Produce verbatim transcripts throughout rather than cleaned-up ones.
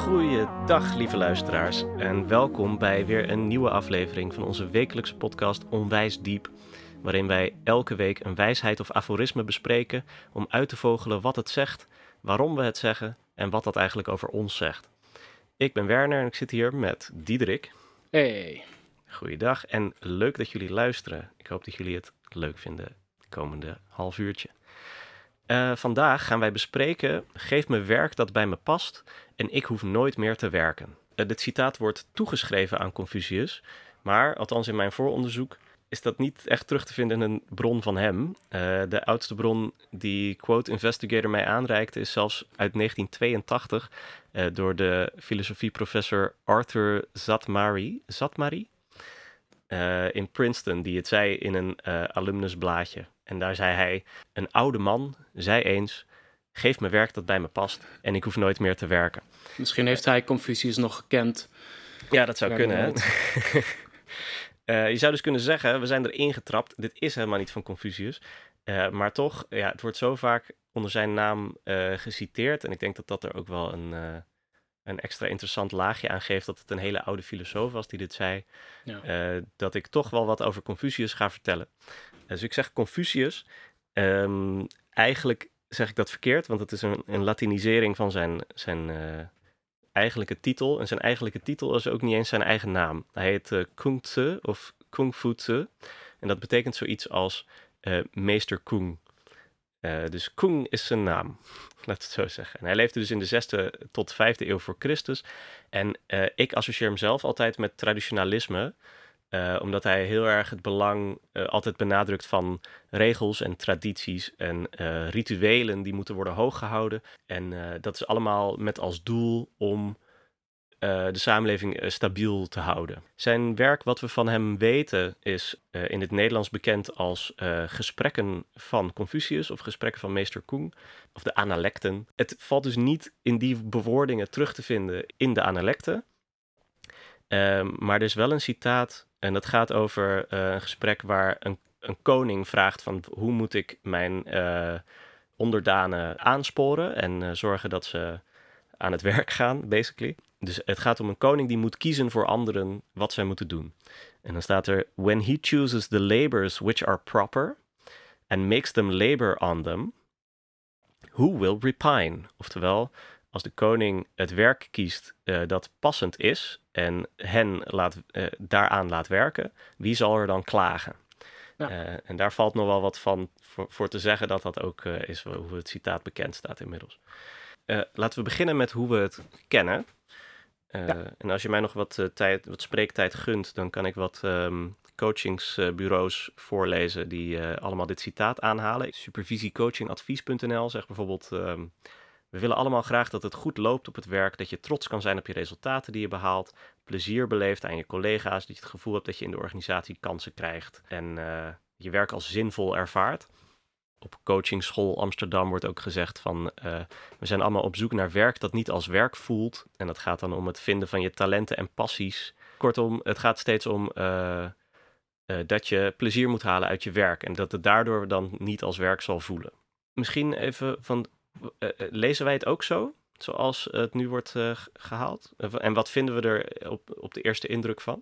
Goeiedag, lieve luisteraars, en welkom bij weer een nieuwe aflevering van onze wekelijkse podcast Onwijs Diep, waarin wij elke week een wijsheid of aforisme bespreken om uit te vogelen wat het zegt, waarom we het zeggen en wat dat eigenlijk over ons zegt. Ik ben Werner en ik zit hier met Diederik. Hey. Goeiedag en leuk dat jullie luisteren. Ik hoop dat jullie het leuk vinden het komende half uurtje. Uh, vandaag gaan wij bespreken: geef me werk dat bij me past en ik hoef nooit meer te werken. Uh, dit citaat wordt toegeschreven aan Confucius, maar althans in mijn vooronderzoek is dat niet echt terug te vinden in een bron van hem. Uh, de oudste bron die Quote Investigator mij aanreikte is zelfs uit negentien tweeëntachtig uh, door de filosofieprofessor Arthur Zatmary, Zatmary uh, in Princeton, die het zei in een uh, alumnusblaadje. En daar zei hij: een oude man zei eens: geef me werk dat bij me past en ik hoef nooit meer te werken. Misschien heeft hij Confucius nog gekend. Ja, dat zou ja, kunnen, hè? uh, je zou dus kunnen zeggen, we zijn erin getrapt. Dit is helemaal niet van Confucius. Uh, maar toch, ja, het wordt zo vaak onder zijn naam uh, geciteerd. En ik denk dat dat er ook wel een, uh, een extra interessant laagje aan geeft, dat het een hele oude filosoof was die dit zei. Ja. Uh, dat ik toch wel wat over Confucius ga vertellen. Dus ik zeg Confucius. Um, eigenlijk zeg ik dat verkeerd, want het is een, een latinisering van zijn, zijn uh, eigenlijke titel. En zijn eigenlijke titel is ook niet eens zijn eigen naam. Hij heet uh, Kung Tse of Kung Fu Tse. En dat betekent zoiets als uh, meester Kung. Uh, dus Kung is zijn naam, laat het zo zeggen. En hij leefde dus in de zesde tot vijfde eeuw voor Christus. En uh, ik associeer hem zelf altijd met traditionalisme. Uh, omdat hij heel erg het belang uh, altijd benadrukt van regels en tradities en uh, rituelen die moeten worden hooggehouden. En uh, dat is allemaal met als doel om uh, de samenleving uh, stabiel te houden. Zijn werk, wat we van hem weten, is uh, in het Nederlands bekend als uh, Gesprekken van Confucius of Gesprekken van meester Kung, of de Analecten. Het valt dus niet in die bewoordingen terug te vinden in de Analecten. Uh, maar er is wel een citaat. En dat gaat over uh, een gesprek waar een, een koning vraagt van hoe moet ik mijn uh, onderdanen aansporen en uh, zorgen dat ze aan het werk gaan, basically. Dus het gaat om een koning die moet kiezen voor anderen wat zij moeten doen. En dan staat er: when he chooses the labors which are proper and makes them labor on them, who will repine? Oftewel, als de koning het werk kiest uh, dat passend is en hen laat, uh, daaraan laat werken, wie zal er dan klagen? Ja. Uh, en daar valt nog wel wat van voor, voor te zeggen dat dat ook uh, is hoe het citaat bekend staat inmiddels. Uh, laten we beginnen met hoe we het kennen. Uh, ja. En als je mij nog wat, uh, tijd, wat spreektijd gunt, dan kan ik wat um, coachingsbureaus uh, voorlezen die uh, allemaal dit citaat aanhalen. Supervisiecoachingadvies punt n l zegt bijvoorbeeld: Um, we willen allemaal graag dat het goed loopt op het werk, dat je trots kan zijn op je resultaten die je behaalt, plezier beleeft aan je collega's, dat je het gevoel hebt dat je in de organisatie kansen krijgt en uh, je werk als zinvol ervaart. Op Coachingschool Amsterdam wordt ook gezegd van uh, we zijn allemaal op zoek naar werk dat niet als werk voelt. En dat gaat dan om het vinden van je talenten en passies. Kortom, het gaat steeds om uh, uh, dat je plezier moet halen uit je werk en dat het daardoor dan niet als werk zal voelen. Misschien even van... Uh, lezen wij het ook zo, zoals het nu wordt uh, gehaald? En wat vinden we er op, op de eerste indruk van?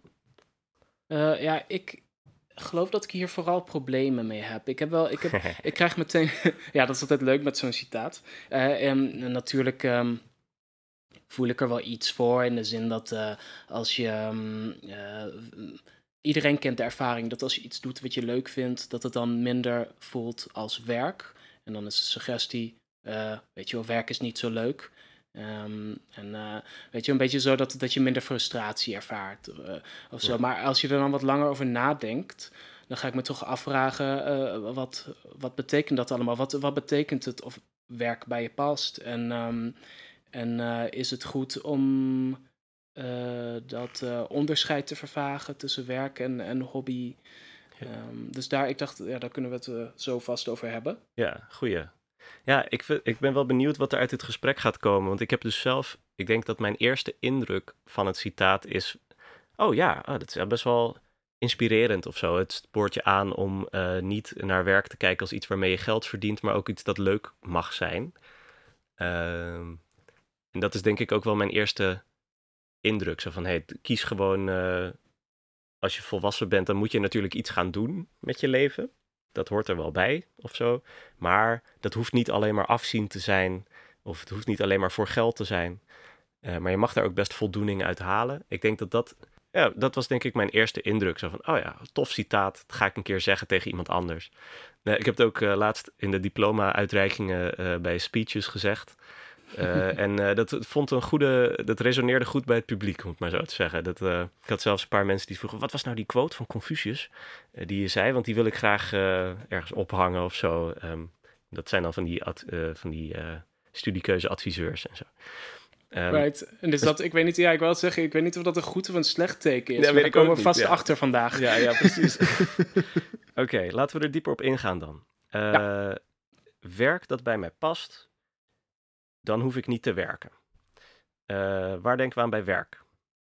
Uh, ja, ik geloof dat ik hier vooral problemen mee heb. Ik heb wel, ik, heb, ik krijg meteen... ja, dat is altijd leuk met zo'n citaat. Uh, en natuurlijk um, voel ik er wel iets voor in de zin dat uh, als je... Um, uh, iedereen kent de ervaring dat als je iets doet wat je leuk vindt, dat het dan minder voelt als werk. En dan is de suggestie... Uh, weet je wel, werk is niet zo leuk. Um, en uh, weet je, een beetje zo dat, dat je minder frustratie ervaart. Uh, of zo. Ja. Maar als je er dan wat langer over nadenkt, dan ga ik me toch afvragen, uh, wat, wat betekent dat allemaal? Wat, wat betekent het of werk bij je past? En, um, en uh, is het goed om uh, dat uh, onderscheid te vervagen tussen werk en, en hobby? Ja. Um, dus daar, ik dacht, ja, daar kunnen we het uh, zo vast over hebben. Ja, goeie. Ja, ik, vind, ik ben wel benieuwd wat er uit dit gesprek gaat komen. Want ik heb dus zelf... Ik denk dat mijn eerste indruk van het citaat is... Oh ja, oh, dat is best wel inspirerend of zo. Het spoort je aan om uh, niet naar werk te kijken als iets waarmee je geld verdient, maar ook iets dat leuk mag zijn. Uh, En dat is denk ik ook wel mijn eerste indruk. Zo van, hey, kies gewoon, uh, als je volwassen bent, dan moet je natuurlijk iets gaan doen met je leven. Dat hoort er wel bij, of zo. Maar dat hoeft niet alleen maar afzien te zijn, of het hoeft niet alleen maar voor geld te zijn. Uh, maar je mag daar ook best voldoening uit halen. Ik denk dat dat, ja, dat was denk ik mijn eerste indruk. Zo van, oh ja, tof citaat, dat ga ik een keer zeggen tegen iemand anders. Uh, ik heb het ook uh, laatst in de diploma-uitreikingen uh, bij speeches gezegd. Uh, en uh, dat vond een goede, dat resoneerde goed bij het publiek, om het maar zo te zeggen. Dat, uh, ik had zelfs een paar mensen die vroegen, wat was nou die quote van Confucius uh, die je zei? Want die wil ik graag uh, ergens ophangen of zo. Um, dat zijn dan van die, ad, uh, van die uh, studiekeuzeadviseurs en zo. Um, right. En dus dat, ik weet niet, ja, ik wil het zeggen, ik weet niet of dat een goed of een slecht teken is. Ja, maar daar komen we niet, vast ja. achter vandaag. Ja, ja, precies. Oké, okay, laten we er dieper op ingaan dan. Uh, ja. Werk dat bij mij past, dan hoef ik niet te werken. Uh, waar denken we aan bij werk?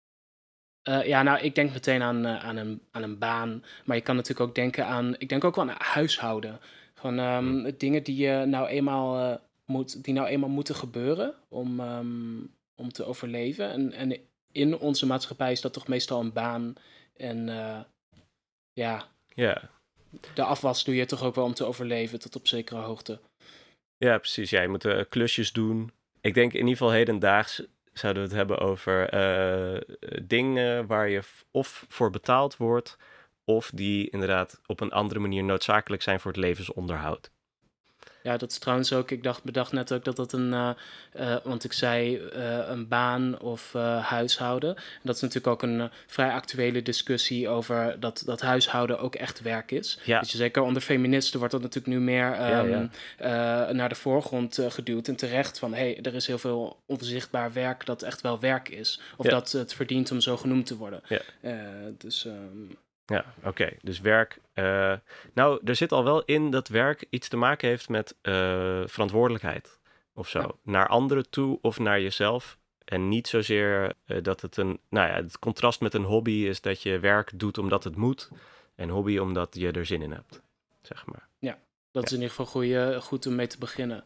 Uh, ja, nou, ik denk meteen aan, uh, aan, een, aan een baan. Maar je kan natuurlijk ook denken aan, ik denk ook wel aan huishouden. Gewoon um, hmm. dingen die, uh, nou eenmaal, uh, moet, die nou eenmaal moeten gebeuren om, um, om te overleven. En, en in onze maatschappij is dat toch meestal een baan. En uh, ja, yeah. de afwas doe je toch ook wel om te overleven tot op zekere hoogte. Ja, precies. Ja, je moet uh, klusjes doen. Ik denk in ieder geval hedendaags zouden we het hebben over uh, dingen waar je f- of voor betaald wordt, of die inderdaad op een andere manier noodzakelijk zijn voor het levensonderhoud. Ja, dat is trouwens ook, ik dacht, bedacht net ook dat dat een, uh, uh, want ik zei uh, een baan of uh, huishouden. En dat is natuurlijk ook een uh, vrij actuele discussie over dat, dat huishouden ook echt werk is. Ja. Dus zeker onder feministen wordt dat natuurlijk nu meer um, ja, ja. Uh, naar de voorgrond uh, geduwd. En terecht van, hé, hey, er is heel veel onzichtbaar werk dat echt wel werk is. Of ja. dat het verdient om zo genoemd te worden. Ja. Uh, dus... Um, Ja, oké. Okay. Dus werk. Uh, nou, er zit al wel in dat werk iets te maken heeft met uh, verantwoordelijkheid of zo. Ja. Naar anderen toe of naar jezelf. En niet zozeer uh, dat het een... Nou ja, het contrast met een hobby is dat je werk doet omdat het moet. En hobby omdat je er zin in hebt, zeg maar. Ja, dat ja. is in ieder geval goeie, goed om mee te beginnen.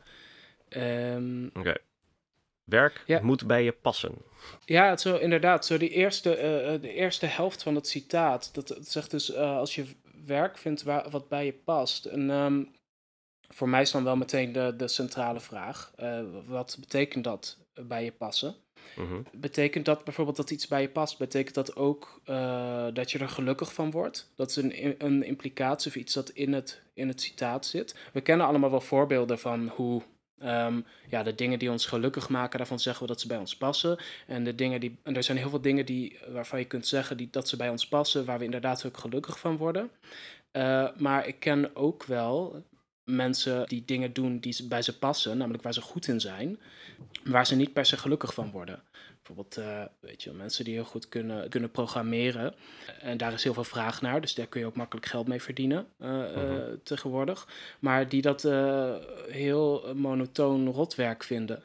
Um, oké. Okay. Werk ja. moet bij je passen. Ja, het zo, inderdaad. Zo die eerste, uh, de eerste helft van het citaat. Dat, dat zegt dus, uh, als je werk vindt waar, wat bij je past. En um, voor mij is dan wel meteen de, de centrale vraag. Uh, wat betekent dat bij je passen? Mm-hmm. Betekent dat bijvoorbeeld dat iets bij je past? Betekent dat ook uh, dat je er gelukkig van wordt? Dat is een, een implicatie of iets dat in het, in het citaat zit. We kennen allemaal wel voorbeelden van hoe... Um, ja, de dingen die ons gelukkig maken, daarvan zeggen we dat ze bij ons passen. En, de dingen die, en er zijn heel veel dingen die, waarvan je kunt zeggen die, dat ze bij ons passen, waar we inderdaad ook gelukkig van worden. Uh, maar ik ken ook wel mensen die dingen doen die bij ze passen, namelijk waar ze goed in zijn, waar ze niet per se gelukkig van worden. Bijvoorbeeld, uh, weet je, mensen die heel goed kunnen, kunnen programmeren. En daar is heel veel vraag naar, dus daar kun je ook makkelijk geld mee verdienen uh, uh-huh. uh, tegenwoordig. Maar die dat uh, heel monotoon rotwerk vinden.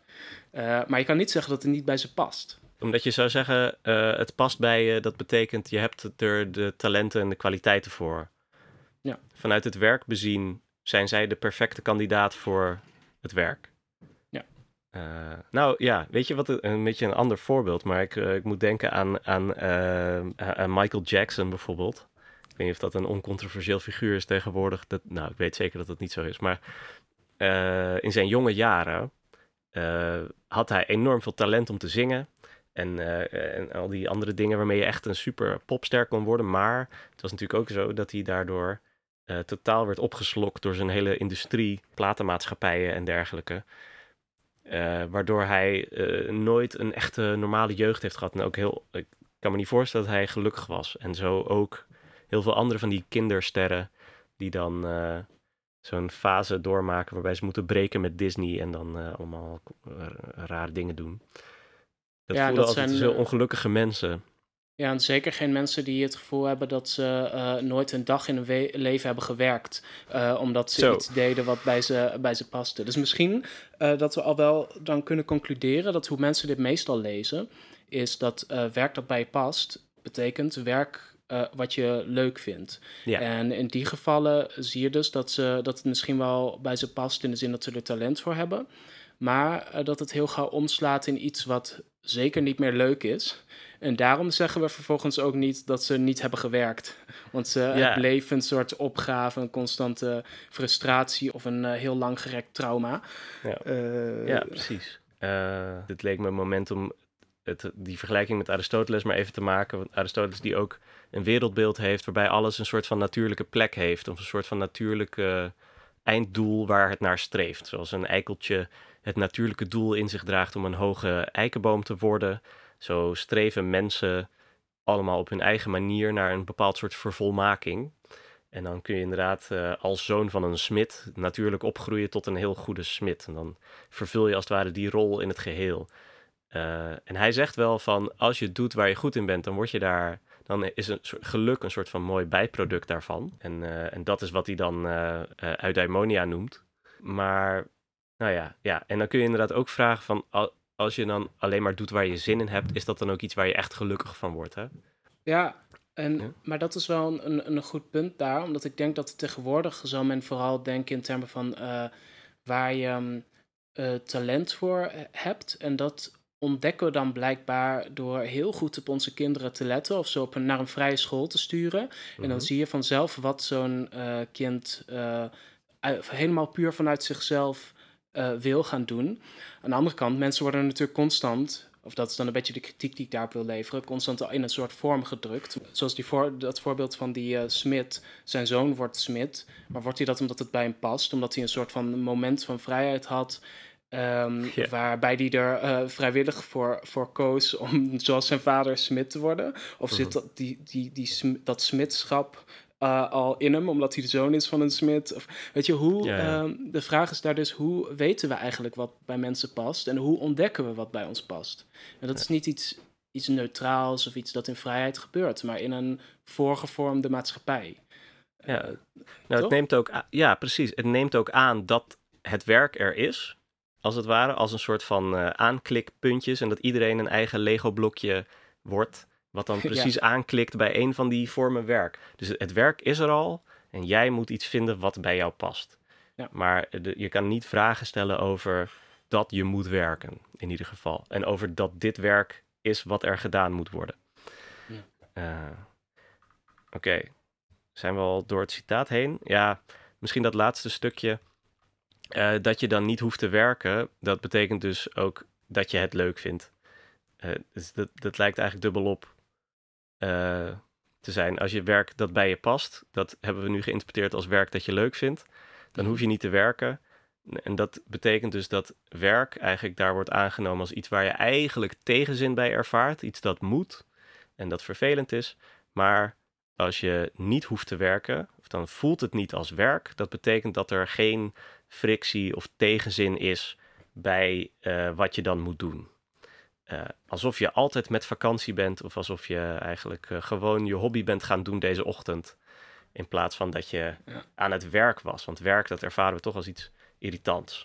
uh, maar je kan niet zeggen dat het niet bij ze past. Omdat je zou zeggen, uh, het past bij je, dat betekent je hebt er de talenten en de kwaliteiten voor. Ja. Vanuit het werk bezien zijn zij de perfecte kandidaat voor het werk. Uh, nou ja, weet je wat, een beetje een ander voorbeeld, maar ik, uh, ik moet denken aan, aan, uh, aan Michael Jackson bijvoorbeeld. Ik weet niet of dat een oncontroversieel figuur is tegenwoordig. Dat, nou, ik weet zeker dat dat niet zo is, maar uh, in zijn jonge jaren uh, had hij enorm veel talent om te zingen. En, uh, en al die andere dingen waarmee je echt een super popster kon worden. Maar het was natuurlijk ook zo dat hij daardoor uh, totaal werd opgeslokt door zijn hele industrie, platenmaatschappijen en dergelijke. Uh, waardoor hij uh, nooit een echte normale jeugd heeft gehad. En ook heel, ik kan me niet voorstellen dat hij gelukkig was. En zo ook heel veel andere van die kindersterren die dan uh, zo'n fase doormaken waarbij ze moeten breken met Disney en dan uh, allemaal uh, rare dingen doen. Dat ja, voelen dat altijd zijn zo ongelukkige mensen. Ja, en zeker geen mensen die het gevoel hebben dat ze uh, nooit een dag in hun we- leven hebben gewerkt. Uh, omdat ze Zo. iets deden wat bij ze, bij ze paste. Dus misschien uh, dat we al wel dan kunnen concluderen dat hoe mensen dit meestal lezen, is dat uh, werk dat bij je past, betekent werk uh, wat je leuk vindt. Ja. En in die gevallen zie je dus dat, ze, dat het misschien wel bij ze past in de zin dat ze er talent voor hebben. maar uh, dat het heel gauw omslaat in iets wat zeker niet meer leuk is. En daarom zeggen we vervolgens ook niet dat ze niet hebben gewerkt. Want ze, ja. het bleef een soort opgave, een constante frustratie of een uh, heel langgerekt trauma. Ja, uh, ja precies. Uh, dit leek me een moment om het, die vergelijking met Aristoteles maar even te maken. Want Aristoteles die ook een wereldbeeld heeft waarbij alles een soort van natuurlijke plek heeft. Of een soort van natuurlijke einddoel waar het naar streeft. Zoals een eikeltje het natuurlijke doel in zich draagt om een hoge eikenboom te worden. Zo streven mensen allemaal op hun eigen manier naar een bepaald soort vervolmaking. En dan kun je inderdaad uh, als zoon van een smid natuurlijk opgroeien tot een heel goede smid. En dan vervul je als het ware die rol in het geheel. Uh, en hij zegt wel van, als je doet waar je goed in bent, dan word je daar, dan is een soort geluk een soort van mooi bijproduct daarvan. En, uh, en dat is wat hij dan uh, uh, eudaimonia noemt. Maar, nou ja, ja, en dan kun je inderdaad ook vragen van, als je dan alleen maar doet waar je zin in hebt, is dat dan ook iets waar je echt gelukkig van wordt, hè? Ja, en, ja. maar dat is wel een, een goed punt daar, omdat ik denk dat tegenwoordig zal men vooral denken in termen van uh, waar je uh, talent voor hebt. En dat ontdekken we dan blijkbaar door heel goed op onze kinderen te letten of zo op een, naar een vrije school te sturen. Mm-hmm. En dan zie je vanzelf wat zo'n uh, kind uh, helemaal puur vanuit zichzelf uh, wil gaan doen. Aan de andere kant, mensen worden natuurlijk constant, of dat is dan een beetje de kritiek die ik daarop wil leveren, constant in een soort vorm gedrukt. Zoals die voor, dat voorbeeld van die uh, smid. Zijn zoon wordt smid, maar wordt hij dat omdat het bij hem past? Omdat hij een soort van moment van vrijheid had, um, yeah. waarbij hij er uh, vrijwillig voor, voor koos om zoals zijn vader smid te worden? Of uh-huh. zit dat, die, die, die, die, dat smidschap Uh, al in hem, omdat hij de zoon is van een smid? Of, weet je, hoe, ja, ja. Uh, de vraag is daar dus, hoe weten we eigenlijk wat bij mensen past? En hoe ontdekken we wat bij ons past? En dat ja. is niet iets, iets neutraals of iets dat in vrijheid gebeurt, maar in een voorgevormde maatschappij. Ja, uh, nou, het neemt ook, ja, precies. Het neemt ook aan dat het werk er is, als het ware, als een soort van uh, aanklikpuntjes en dat iedereen een eigen Lego-blokje wordt, wat dan precies ja. aanklikt bij een van die vormen werk. Dus het werk is er al en jij moet iets vinden wat bij jou past. Ja. Maar de, je kan niet vragen stellen over dat je moet werken, in ieder geval. En over dat dit werk is wat er gedaan moet worden. Ja. Uh, Oké, okay. Zijn we al door het citaat heen? Ja, misschien dat laatste stukje. Uh, dat je dan niet hoeft te werken, dat betekent dus ook dat je het leuk vindt. Uh, dus dat, dat lijkt eigenlijk dubbelop Uh, te zijn. Als je werk dat bij je past, dat hebben we nu geïnterpreteerd als werk dat je leuk vindt, dan hoef je niet te werken. En dat betekent dus dat werk eigenlijk daar wordt aangenomen als iets waar je eigenlijk tegenzin bij ervaart, iets dat moet en dat vervelend is. Maar als je niet hoeft te werken, of dan voelt het niet als werk, dat betekent dat er geen frictie of tegenzin is bij uh, wat je dan moet doen. Uh, alsof je altijd met vakantie bent of alsof je eigenlijk uh, gewoon je hobby bent gaan doen deze ochtend. In plaats van dat je ja. aan het werk was. Want werk, dat ervaren we toch als iets irritants.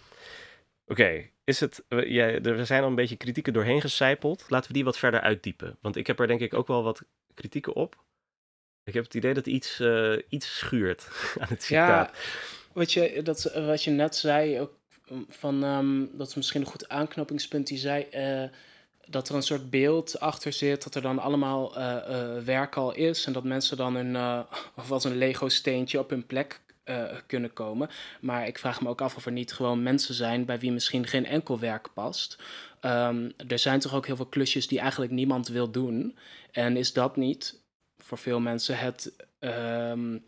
Oké, okay, is het? Uh, ja, er zijn al een beetje kritieken doorheen gecijpeld. Laten we die wat verder uitdiepen. Want ik heb er denk ik ook wel wat kritieken op. Ik heb het idee dat iets, uh, iets schuurt aan het citaat. Ja, wat je, dat, wat je net zei ook. Van, um, dat is misschien een goed aanknopingspunt. Die zei uh, dat er een soort beeld achter zit, dat er dan allemaal uh, uh, werk al is en dat mensen dan een, uh, of als een Lego-steentje op hun plek uh, kunnen komen. Maar ik vraag me ook af of er niet gewoon mensen zijn bij wie misschien geen enkel werk past. Um, er zijn toch ook heel veel klusjes die eigenlijk niemand wil doen. En is dat niet voor veel mensen het Um,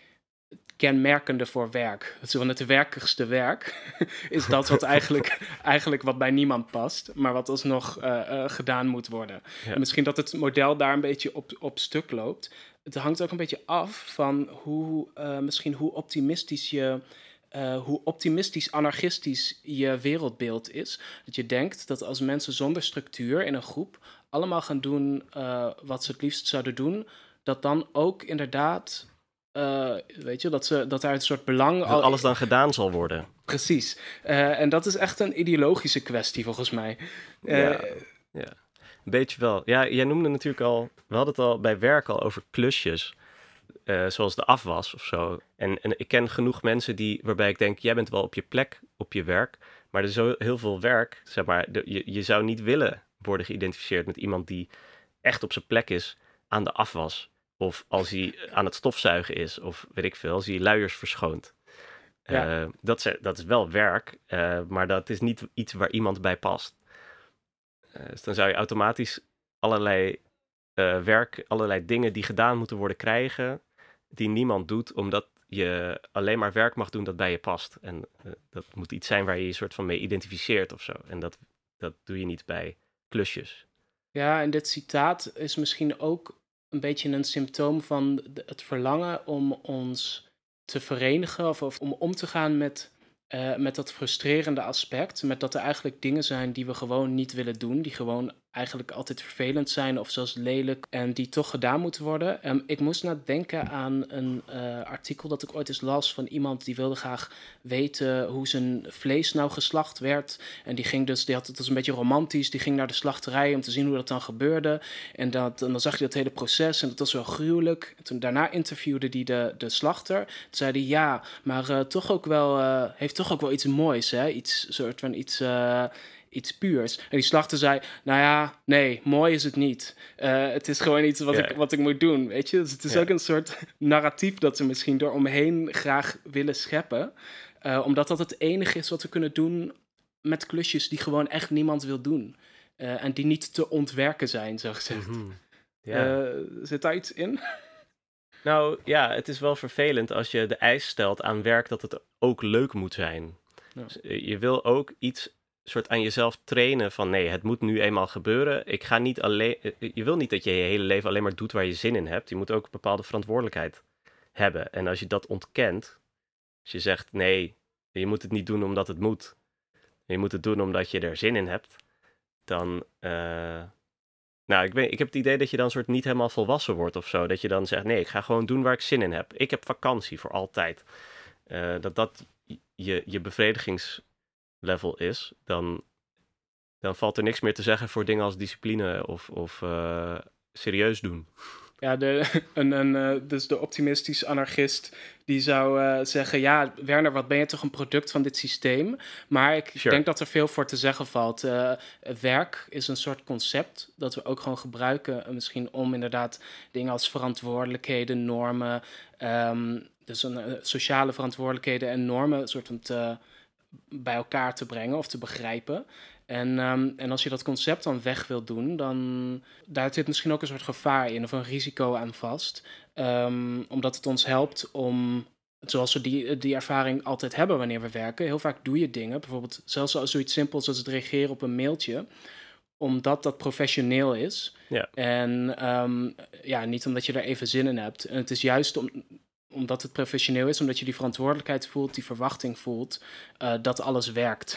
kenmerkende voor werk. Zo het werkigste werk is dat wat eigenlijk, eigenlijk wat bij niemand past, maar wat alsnog uh, uh, gedaan moet worden. Ja. En misschien dat het model daar een beetje op, op stuk loopt. Het hangt ook een beetje af van hoe, uh, misschien hoe optimistisch je, uh, hoe optimistisch anarchistisch je wereldbeeld is. Dat je denkt dat als mensen zonder structuur in een groep allemaal gaan doen uh, wat ze het liefst zouden doen, dat dan ook inderdaad Uh, weet je, dat, ze, dat daar een soort belang... Dat alles dan gedaan zal worden. Precies. Uh, en dat is echt een ideologische kwestie, volgens mij. Uh, ja, ja, een beetje wel. Ja, jij noemde natuurlijk al... We hadden het al bij werk al over klusjes. Uh, zoals de afwas of zo. En, en ik ken genoeg mensen die, waarbij ik denk, jij bent wel op je plek op je werk, Maar er is zo heel veel werk, zeg maar, de, je, je zou niet willen worden geïdentificeerd met iemand die echt op zijn plek is aan de afwas. Of als hij aan het stofzuigen is, of weet ik veel, als hij luiers verschoont. Ja. Uh, dat, is, dat is wel werk, uh, maar dat is niet iets waar iemand bij past. Uh, dus dan zou je automatisch allerlei uh, werk, allerlei dingen die gedaan moeten worden krijgen, die niemand doet, omdat je alleen maar werk mag doen dat bij je past. En uh, dat moet iets zijn waar je je soort van mee identificeert of zo. En dat, dat doe je niet bij klusjes. Ja, en dit citaat is misschien ook een beetje een symptoom van de, het verlangen om ons te verenigen of, of om om te gaan met, uh, met dat frustrerende aspect. Met dat er eigenlijk dingen zijn die we gewoon niet willen doen, die gewoon eigenlijk altijd vervelend zijn of zelfs lelijk en die toch gedaan moeten worden. Um, ik moest net denken aan een uh, artikel dat ik ooit eens las van iemand die wilde graag weten hoe zijn vlees nou geslacht werd. En die ging dus, die had het was een beetje romantisch, die ging naar de slachterij om te zien hoe dat dan gebeurde. En, dat, en dan zag je dat hele proces en dat was wel gruwelijk. En toen daarna interviewde hij de, de slachter. Toen zei hij ja, maar uh, toch ook wel, uh, heeft toch ook wel iets moois, hè? Iets soort van iets. Uh, iets puurs. En die slachter zei, nou ja, nee, mooi is het niet. Uh, het is gewoon iets wat, Ja. ik, wat ik moet doen, weet je. Dus het is Ja. ook een soort narratief dat ze misschien door omheen graag willen scheppen. Uh, omdat dat het enige is wat we kunnen doen met klusjes die gewoon echt niemand wil doen. Uh, en die niet te ontwerken zijn, zo gezegd. Mm-hmm. Ja. Uh, zit daar iets in? Nou ja, het is wel vervelend als je de eis stelt aan werk dat het ook leuk moet zijn. Ja. Dus je wil ook iets soort aan jezelf trainen van nee, het moet nu eenmaal gebeuren. Ik ga niet alleen. Je wil niet dat je je hele leven alleen maar doet waar je zin in hebt. Je moet ook een bepaalde verantwoordelijkheid hebben. En als je dat ontkent, als je zegt nee, je moet het niet doen omdat het moet. Je moet het doen omdat je er zin in hebt. Dan, uh, nou, ik, weet, ik heb het idee dat je dan soort niet helemaal volwassen wordt of zo. Dat je dan zegt nee, ik ga gewoon doen waar ik zin in heb. Ik heb vakantie voor altijd. Uh, dat dat je, je bevredigings level is, dan, dan valt er niks meer te zeggen voor dingen als discipline of, of uh, serieus doen. Ja, de, een, een, uh, dus de optimistisch anarchist die zou uh, zeggen, ja, Werner, wat ben je toch een product van dit systeem? Maar ik Sure. denk dat er veel voor te zeggen valt. Uh, werk is een soort concept dat we ook gewoon gebruiken, uh, misschien om inderdaad dingen als verantwoordelijkheden, normen, um, dus een, uh, sociale verantwoordelijkheden en normen een soort van te, bij elkaar te brengen of te begrijpen. En, um, en als je dat concept dan weg wilt doen, dan daar zit misschien ook een soort gevaar in of een risico aan vast. Um, omdat het ons helpt om, zoals we die, die ervaring altijd hebben wanneer we werken, heel vaak doe je dingen, bijvoorbeeld zelfs als zoiets simpels als het reageren op een mailtje, omdat dat professioneel is. Ja. En um, ja, niet omdat je er even zin in hebt. En het is juist om, omdat het professioneel is, omdat je die verantwoordelijkheid voelt, die verwachting voelt, uh, dat alles werkt.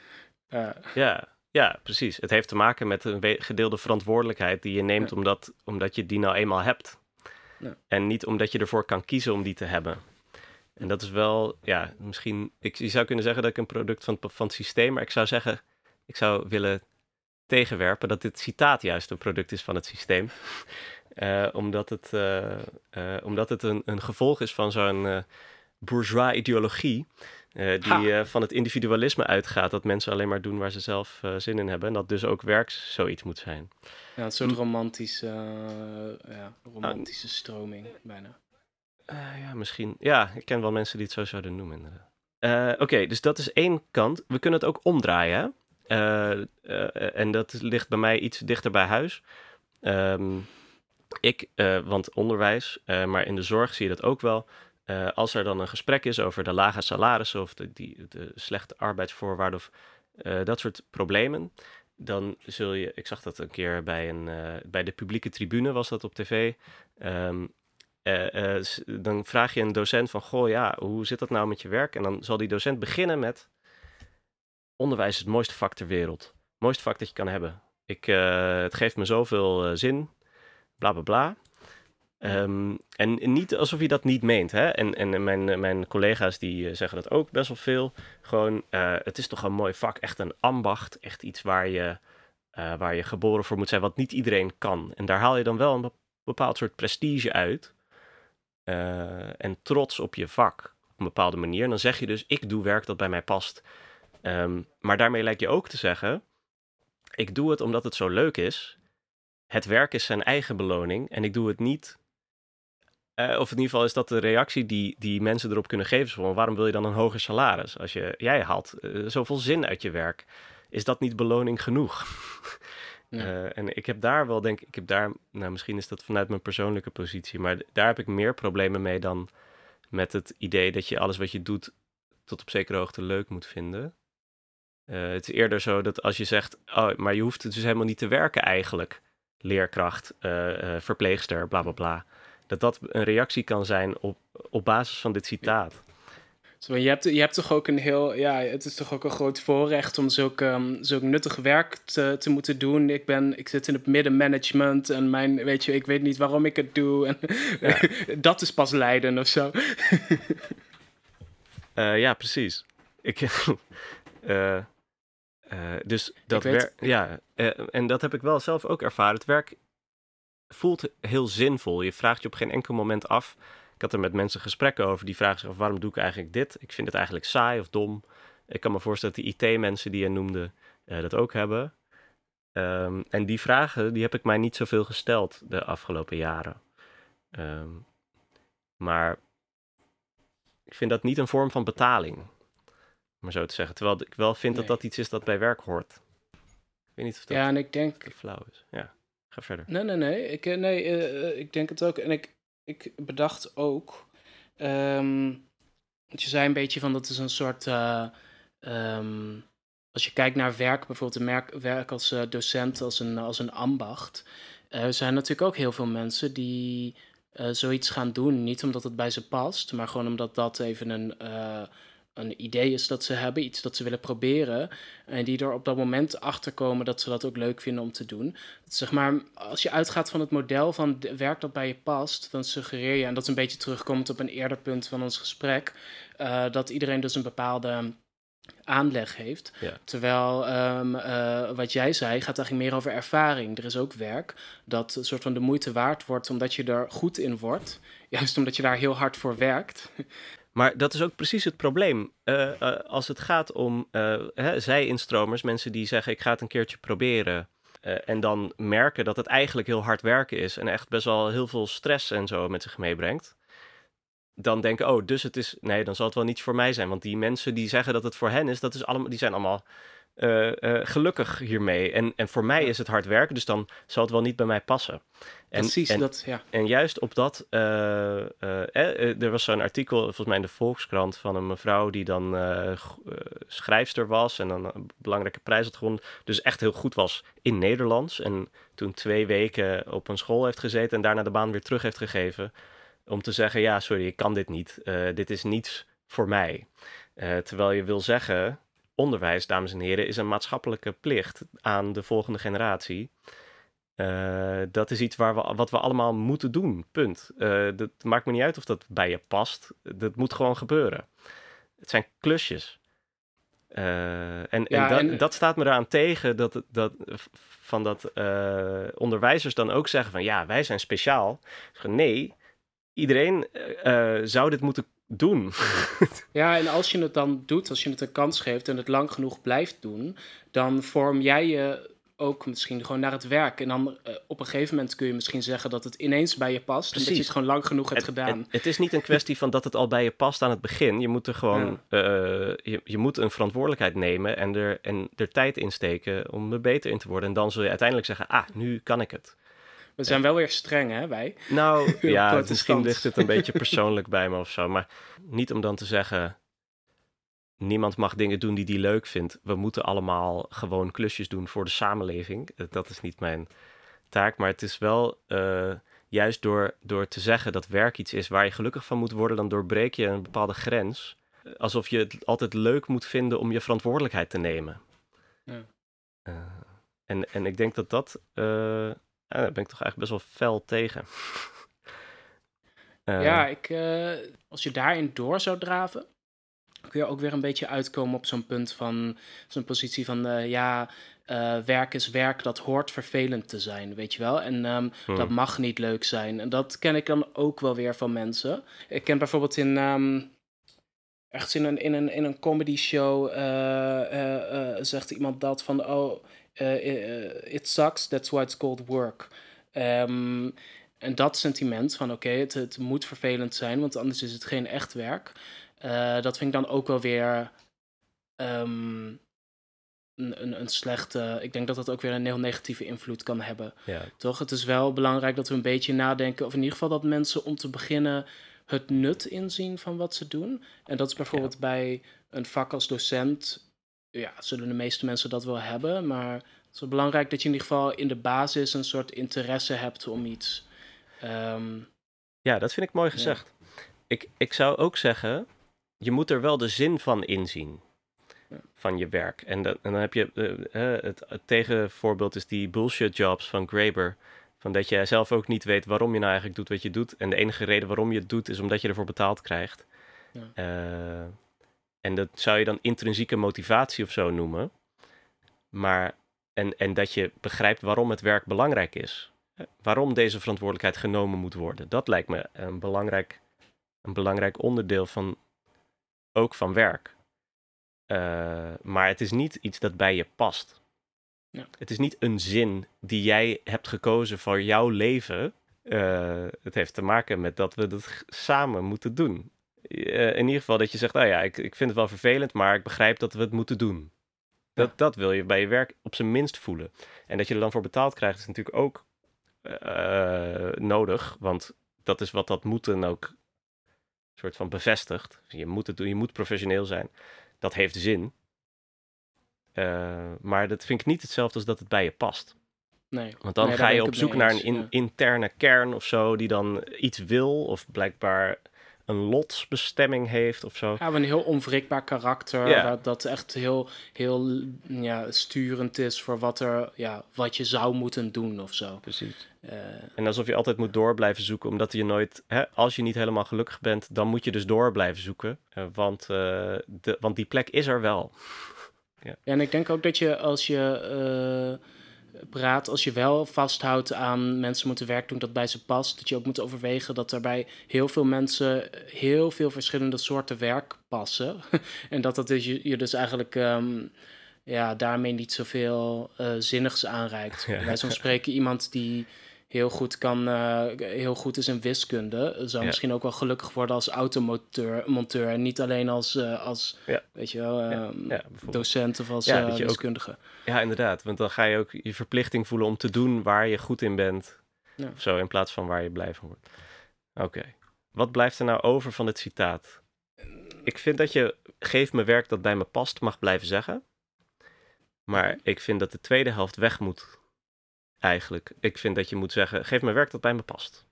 Uh. Ja, ja, precies. Het heeft te maken met een gedeelde verantwoordelijkheid die je neemt ja. omdat, omdat je die nou eenmaal hebt. Ja. En niet omdat je ervoor kan kiezen om die te hebben. En dat is wel, ja, misschien... Ik, je zou kunnen zeggen dat ik een product van, van het systeem... maar ik zou zeggen, ik zou willen tegenwerpen dat dit citaat juist een product is van het systeem. uh, omdat het, uh, uh, omdat het een, een gevolg is van zo'n uh, bourgeois ideologie... Uh, die uh, van het individualisme uitgaat, dat mensen alleen maar doen waar ze zelf uh, zin in hebben. En dat dus ook werk zoiets moet zijn. Ja, een soort romantische, uh, ja, romantische uh, stroming, bijna. Uh, ja, misschien. Ja, ik ken wel mensen die het zo zouden noemen, inderdaad. Uh, Oké, okay, dus dat is één kant. We kunnen het ook omdraaien. Uh, uh, en dat ligt bij mij iets dichter bij huis. Um, ik, uh, want onderwijs, uh, maar in de zorg zie je dat ook wel... Uh, als er dan een gesprek is over de lage salarissen of de, die, de slechte arbeidsvoorwaarden of uh, dat soort problemen, dan zul je, ik zag dat een keer bij, een, uh, bij de publieke tribune was dat op tv, um, uh, uh, dan vraag je een docent van, goh ja, hoe zit dat nou met je werk? En dan zal die docent beginnen met, onderwijs is het mooiste vak ter wereld, het mooiste vak dat je kan hebben. Ik, uh, het geeft me zoveel uh, zin, bla bla bla. Um, en niet alsof je dat niet meent, hè? En, en mijn, mijn collega's die uh, zeggen dat ook best wel veel. Gewoon, uh, het is toch een mooi vak, echt een ambacht. Echt iets waar je, uh, waar je geboren voor moet zijn, wat niet iedereen kan. En daar haal je dan wel een bepaald soort prestige uit. Uh, en trots op je vak, op een bepaalde manier. En dan zeg je dus, ik doe werk dat bij mij past. Um, maar daarmee lijkt je ook te zeggen, ik doe het omdat het zo leuk is. Het werk is zijn eigen beloning en ik doe het niet... Uh, of in ieder geval is dat de reactie die, die mensen erop kunnen geven. Van, waarom wil je dan een hoger salaris? Als je, jij haalt uh, zoveel zin uit je werk. Is dat niet beloning genoeg? Ja. Uh, en ik heb daar wel, denk ik, ik heb daar, nou misschien is dat vanuit mijn persoonlijke positie, maar d- daar heb ik meer problemen mee dan met het idee dat je alles wat je doet tot op zekere hoogte leuk moet vinden. Uh, het is eerder zo dat als je zegt, oh, maar je hoeft dus helemaal niet te werken eigenlijk. Leerkracht, uh, uh, verpleegster, bla bla bla. Dat dat een reactie kan zijn op, op basis van dit citaat. Zo, je, hebt, je hebt toch ook een heel... Ja, het is toch ook een groot voorrecht om zulk, um, zulk nuttig werk te, te moeten doen. Ik, ben, ik zit in het middenmanagement en mijn, weet je, ik weet niet waarom ik het doe. En ja. Dat is pas lijden of zo. uh, ja, precies. Ik... uh, uh, dus dat werk... Ja, uh, en dat heb ik wel zelf ook ervaren. Het werk voelt heel zinvol. Je vraagt je op geen enkel moment af. Ik had er met mensen gesprekken over die vragen zich af, waarom doe ik eigenlijk dit? Ik vind het eigenlijk saai of dom. Ik kan me voorstellen dat die I T-mensen die je noemde uh, dat ook hebben. Um, en die vragen, die heb ik mij niet zoveel gesteld de afgelopen jaren. Um, maar ik vind dat niet een vorm van betaling, om maar zo te zeggen. Terwijl ik wel vind nee. dat dat iets is dat bij werk hoort. Ik weet niet of dat ja, en ik denk... flauw is. Ja, ga verder. Nee, nee, nee. Ik, nee, uh, ik denk het ook. En ik, ik bedacht ook... Um, je zei een beetje van dat is een soort... Uh, um, als je kijkt naar werk, bijvoorbeeld een merk, werk als uh, docent, als een, als een ambacht. Uh, er zijn natuurlijk ook heel veel mensen die uh, zoiets gaan doen. Niet omdat het bij ze past, maar gewoon omdat dat even een... Uh, een idee is dat ze hebben, iets dat ze willen proberen, en die er op dat moment achter komen dat ze dat ook leuk vinden om te doen. Zeg maar, als je uitgaat van het model van werk dat bij je past, dan suggereer je, en dat is een beetje terugkomt op een eerder punt van ons gesprek, uh, dat iedereen dus een bepaalde aanleg heeft. Ja. Terwijl, um, uh, wat jij zei, gaat eigenlijk meer over ervaring. Er is ook werk dat een soort van de moeite waard wordt, omdat je er goed in wordt. Juist omdat je daar heel hard voor werkt. Maar dat is ook precies het probleem. Uh, uh, als het gaat om uh, hè, zij-instromers, mensen die zeggen, ik ga het een keertje proberen. Uh, en dan merken dat het eigenlijk heel hard werken is en echt best wel heel veel stress en zo met zich meebrengt. Dan denken, oh, dus het is... Nee, dan zal het wel niets voor mij zijn. Want die mensen die zeggen dat het voor hen is, dat is allemaal, die zijn allemaal uh, uh, gelukkig hiermee. En, en voor mij is het hard werken, dus dan zal het wel niet bij mij passen. En, Precies, en, dat, ja. En juist op dat... Uh, uh, eh, er was zo'n artikel, volgens mij in de Volkskrant, van een mevrouw die dan uh, uh, schrijfster was en dan een belangrijke prijs had gewonnen. Dus echt heel goed was in Nederlands. En toen twee weken op een school heeft gezeten en daarna de baan weer terug heeft gegeven. Om te zeggen, ja, sorry, ik kan dit niet. Uh, dit is niets voor mij. Uh, terwijl je wil zeggen, onderwijs, dames en heren, is een maatschappelijke plicht aan de volgende generatie. Uh, dat is iets waar we, wat we allemaal moeten doen, punt. Uh, dat maakt me niet uit of dat bij je past. Dat moet gewoon gebeuren. Het zijn klusjes. Uh, en ja, en, dat, en dat staat me eraan tegen, dat, dat, van dat uh, onderwijzers dan ook zeggen van, ja, wij zijn speciaal. Nee, iedereen uh, zou dit moeten doen. Ja, en als je het dan doet, als je het een kans geeft en het lang genoeg blijft doen, dan vorm jij je ook misschien gewoon naar het werk. En dan uh, op een gegeven moment kun je misschien zeggen dat het ineens bij je past. Precies. Omdat je het gewoon lang genoeg hebt het, gedaan. Het, het is niet een kwestie van dat het al bij je past aan het begin. Je moet er gewoon, ja. uh, je, je moet een verantwoordelijkheid nemen en er, en er tijd in steken om er beter in te worden. En dan zul je uiteindelijk zeggen, ah, nu kan ik het. We zijn wel weer streng, hè, wij? Nou, ja, het, misschien ligt het een beetje persoonlijk bij me of zo. Maar niet om dan te zeggen, niemand mag dingen doen die hij leuk vindt. We moeten allemaal gewoon klusjes doen voor de samenleving. Dat is niet mijn taak. Maar het is wel uh, juist door, door te zeggen dat werk iets is waar je gelukkig van moet worden, dan doorbreek je een bepaalde grens. Alsof je het altijd leuk moet vinden om je verantwoordelijkheid te nemen. Ja. Uh, en, en ik denk dat dat... Uh, Uh, daar ben ik toch eigenlijk best wel fel tegen. uh, ja, ik, uh, als je daarin door zou draven, kun je ook weer een beetje uitkomen op zo'n punt van zo'n positie van uh, ja, uh, werk is werk, dat hoort vervelend te zijn, weet je wel. En um, hmm. dat mag niet leuk zijn. En dat ken ik dan ook wel weer van mensen. Ik ken bijvoorbeeld in... Um, ergens in een, in een, in een comedy show uh, uh, uh, zegt iemand dat van, oh, uh, uh, it sucks, that's why it's called work. Um, en dat sentiment van, oké, okay, het, het moet vervelend zijn, want anders is het geen echt werk. Uh, dat vind ik dan ook wel weer um, een, een, een slechte... Ik denk dat dat ook weer een heel negatieve invloed kan hebben. Ja. Toch? Het is wel belangrijk dat we een beetje nadenken, of in ieder geval dat mensen om te beginnen het nut inzien van wat ze doen. En dat is bijvoorbeeld ja. bij een vak als docent, ja, zullen de meeste mensen dat wel hebben, maar het is wel belangrijk dat je in ieder geval in de basis een soort interesse hebt om iets. Um, ja, dat vind ik mooi gezegd. Ja. Ik, ik zou ook zeggen, je moet er wel de zin van inzien. Ja. Van je werk. En, dat, en dan heb je, uh, het, het tegenvoorbeeld is die bullshit jobs van Graeber. Van dat je zelf ook niet weet waarom je nou eigenlijk doet wat je doet. En de enige reden waarom je het doet is omdat je ervoor betaald krijgt. Ja. Uh, en dat zou je dan intrinsieke motivatie of zo noemen. Maar, en, en dat je begrijpt waarom het werk belangrijk is. Waarom deze verantwoordelijkheid genomen moet worden. Dat lijkt me een belangrijk, een belangrijk onderdeel van, ook van werk. Uh, maar het is niet iets dat bij je past. Ja. Het is niet een zin die jij hebt gekozen voor jouw leven. Uh, het heeft te maken met dat we dat samen moeten doen. Uh, in ieder geval dat je zegt, oh ja, ik, ik vind het wel vervelend, maar ik begrijp dat we het moeten doen. Dat, ja. dat wil je bij je werk op zijn minst voelen. En dat je er dan voor betaald krijgt is natuurlijk ook uh, nodig. Want dat is wat dat moeten ook een soort van bevestigt. Je moet het doen, je moet professioneel zijn. Dat heeft zin. Uh, maar dat vind ik niet hetzelfde als dat het bij je past. Nee. Want dan nee, ga je op zoek naar een in, ja. interne kern of zo, die dan iets wil of blijkbaar een lotsbestemming heeft of zo. Ja, een heel onwrikbaar karakter, ja. dat, dat echt heel, heel ja, sturend is voor wat, er, ja, wat je zou moeten doen of zo. Precies. Uh, en alsof je altijd moet door blijven zoeken, omdat je nooit, hè, als je niet helemaal gelukkig bent, dan moet je dus door blijven zoeken. Uh, want, uh, de, want die plek is er wel. Ja. Ja, en ik denk ook dat je als je uh, praat, als je wel vasthoudt aan mensen moeten werk doen dat bij ze past, dat je ook moet overwegen dat er bij heel veel mensen heel veel verschillende soorten werk passen. En dat dat dus, je, je dus eigenlijk um, ja, daarmee niet zoveel uh, zinnigs aanreikt. Ja. Wij zo'n spreken iemand die heel goed, kan, uh, heel goed is in wiskunde, zou ja. misschien ook wel gelukkig worden als automonteur monteur, en niet alleen als, uh, als ja. weet je wel, um, ja. Ja, docent of als ja, uh, wiskundige. Ook, ja, inderdaad. Want dan ga je ook je verplichting voelen om te doen waar je goed in bent. Ja. Of zo, in plaats van waar je blij van wordt. Oké. Okay. Wat blijft er nou over van dit citaat? Ik vind dat je, geef me werk dat bij me past, mag blijven zeggen. Maar ik vind dat de tweede helft weg moet. Eigenlijk. Ik vind dat je moet zeggen, geef me werk dat bij me past.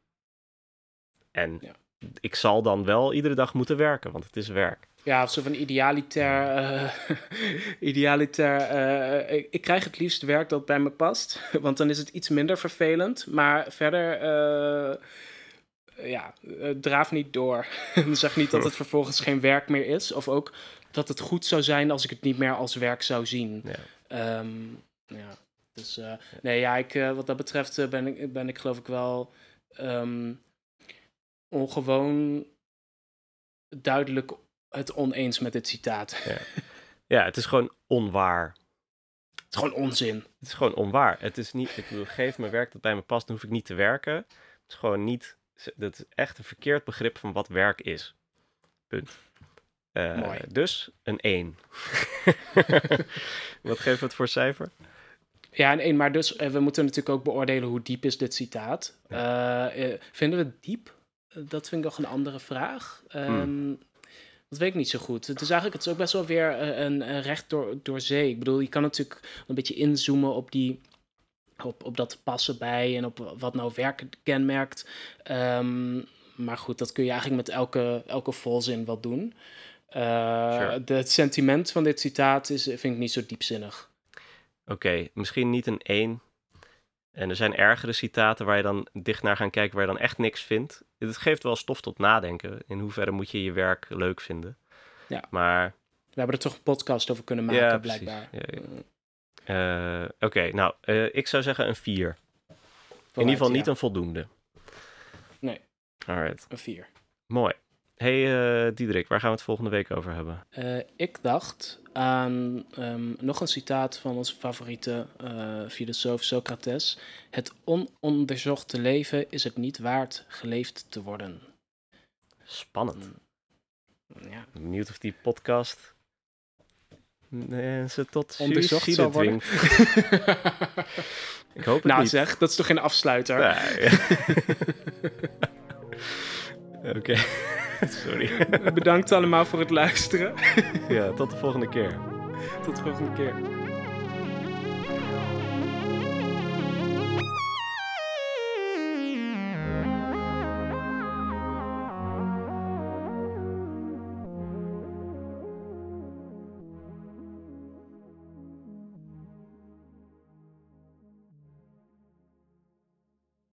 En ja. ik zal dan wel iedere dag moeten werken, want het is werk. Ja, of zo van idealitair... Uh, idealitair uh, ik, ik krijg het liefst werk dat bij me past, want dan is het iets minder vervelend. Maar verder, uh, ja, uh, draaf niet door. Zeg niet dat het vervolgens geen werk meer is. Of ook dat het goed zou zijn als ik het niet meer als werk zou zien. Ja. Um, ja. Dus uh, nee, ja, ik, uh, wat dat betreft uh, ben, ik, ben ik geloof ik wel um, ongewoon duidelijk het oneens met dit citaat. Ja. ja, het is gewoon onwaar. Het is gewoon onzin. Het is gewoon onwaar. Het is niet, ik bedoel, geef me werk dat bij me past, dan hoef ik niet te werken. Het is gewoon niet, dat is echt een verkeerd begrip van wat werk is. Punt. Uh, Mooi. Dus een één. Wat geeft het voor cijfer? Ja, en één, maar dus uh, we moeten natuurlijk ook beoordelen hoe diep is dit citaat. Ja. Uh, uh, vinden we het diep? Uh, dat vind ik nog een andere vraag. Um, hmm. Dat weet ik niet zo goed. Het is eigenlijk het is ook best wel weer uh, een, een recht door, door zee. Ik bedoel, je kan natuurlijk een beetje inzoomen op die... Op, op dat passen bij en op wat nou werk kenmerkt. Um, maar goed, dat kun je eigenlijk met elke, elke volzin wat doen. Uh, sure. de, het sentiment van dit citaat is, vind ik niet zo diepzinnig. Oké, okay, misschien niet een één. En er zijn ergere citaten waar je dan dicht naar gaat kijken, waar je dan echt niks vindt. Het geeft wel stof tot nadenken. In hoeverre moet je je werk leuk vinden. Ja. Maar... We hebben er toch een podcast over kunnen maken, ja, blijkbaar. Ja, ja. Uh, Oké, okay, nou, uh, ik zou zeggen een vier. In ieder geval niet ja. een voldoende. Nee, Alright. een vier. Mooi. Hey uh, Diederik, waar gaan we het volgende week over hebben? Uh, ik dacht aan um, nog een citaat van onze favoriete uh, filosoof Socrates. Het ononderzochte leven is het niet waard geleefd te worden. Spannend. Mm, ja. Benieuwd of die podcast mensen tot onderzocht suïcide zal worden. Ik hoop het nou, niet. zeg, dat is toch geen afsluiter? Ja, ja. Oké, okay. Sorry. Bedankt allemaal voor het luisteren. Ja, tot de volgende keer. Tot de volgende keer.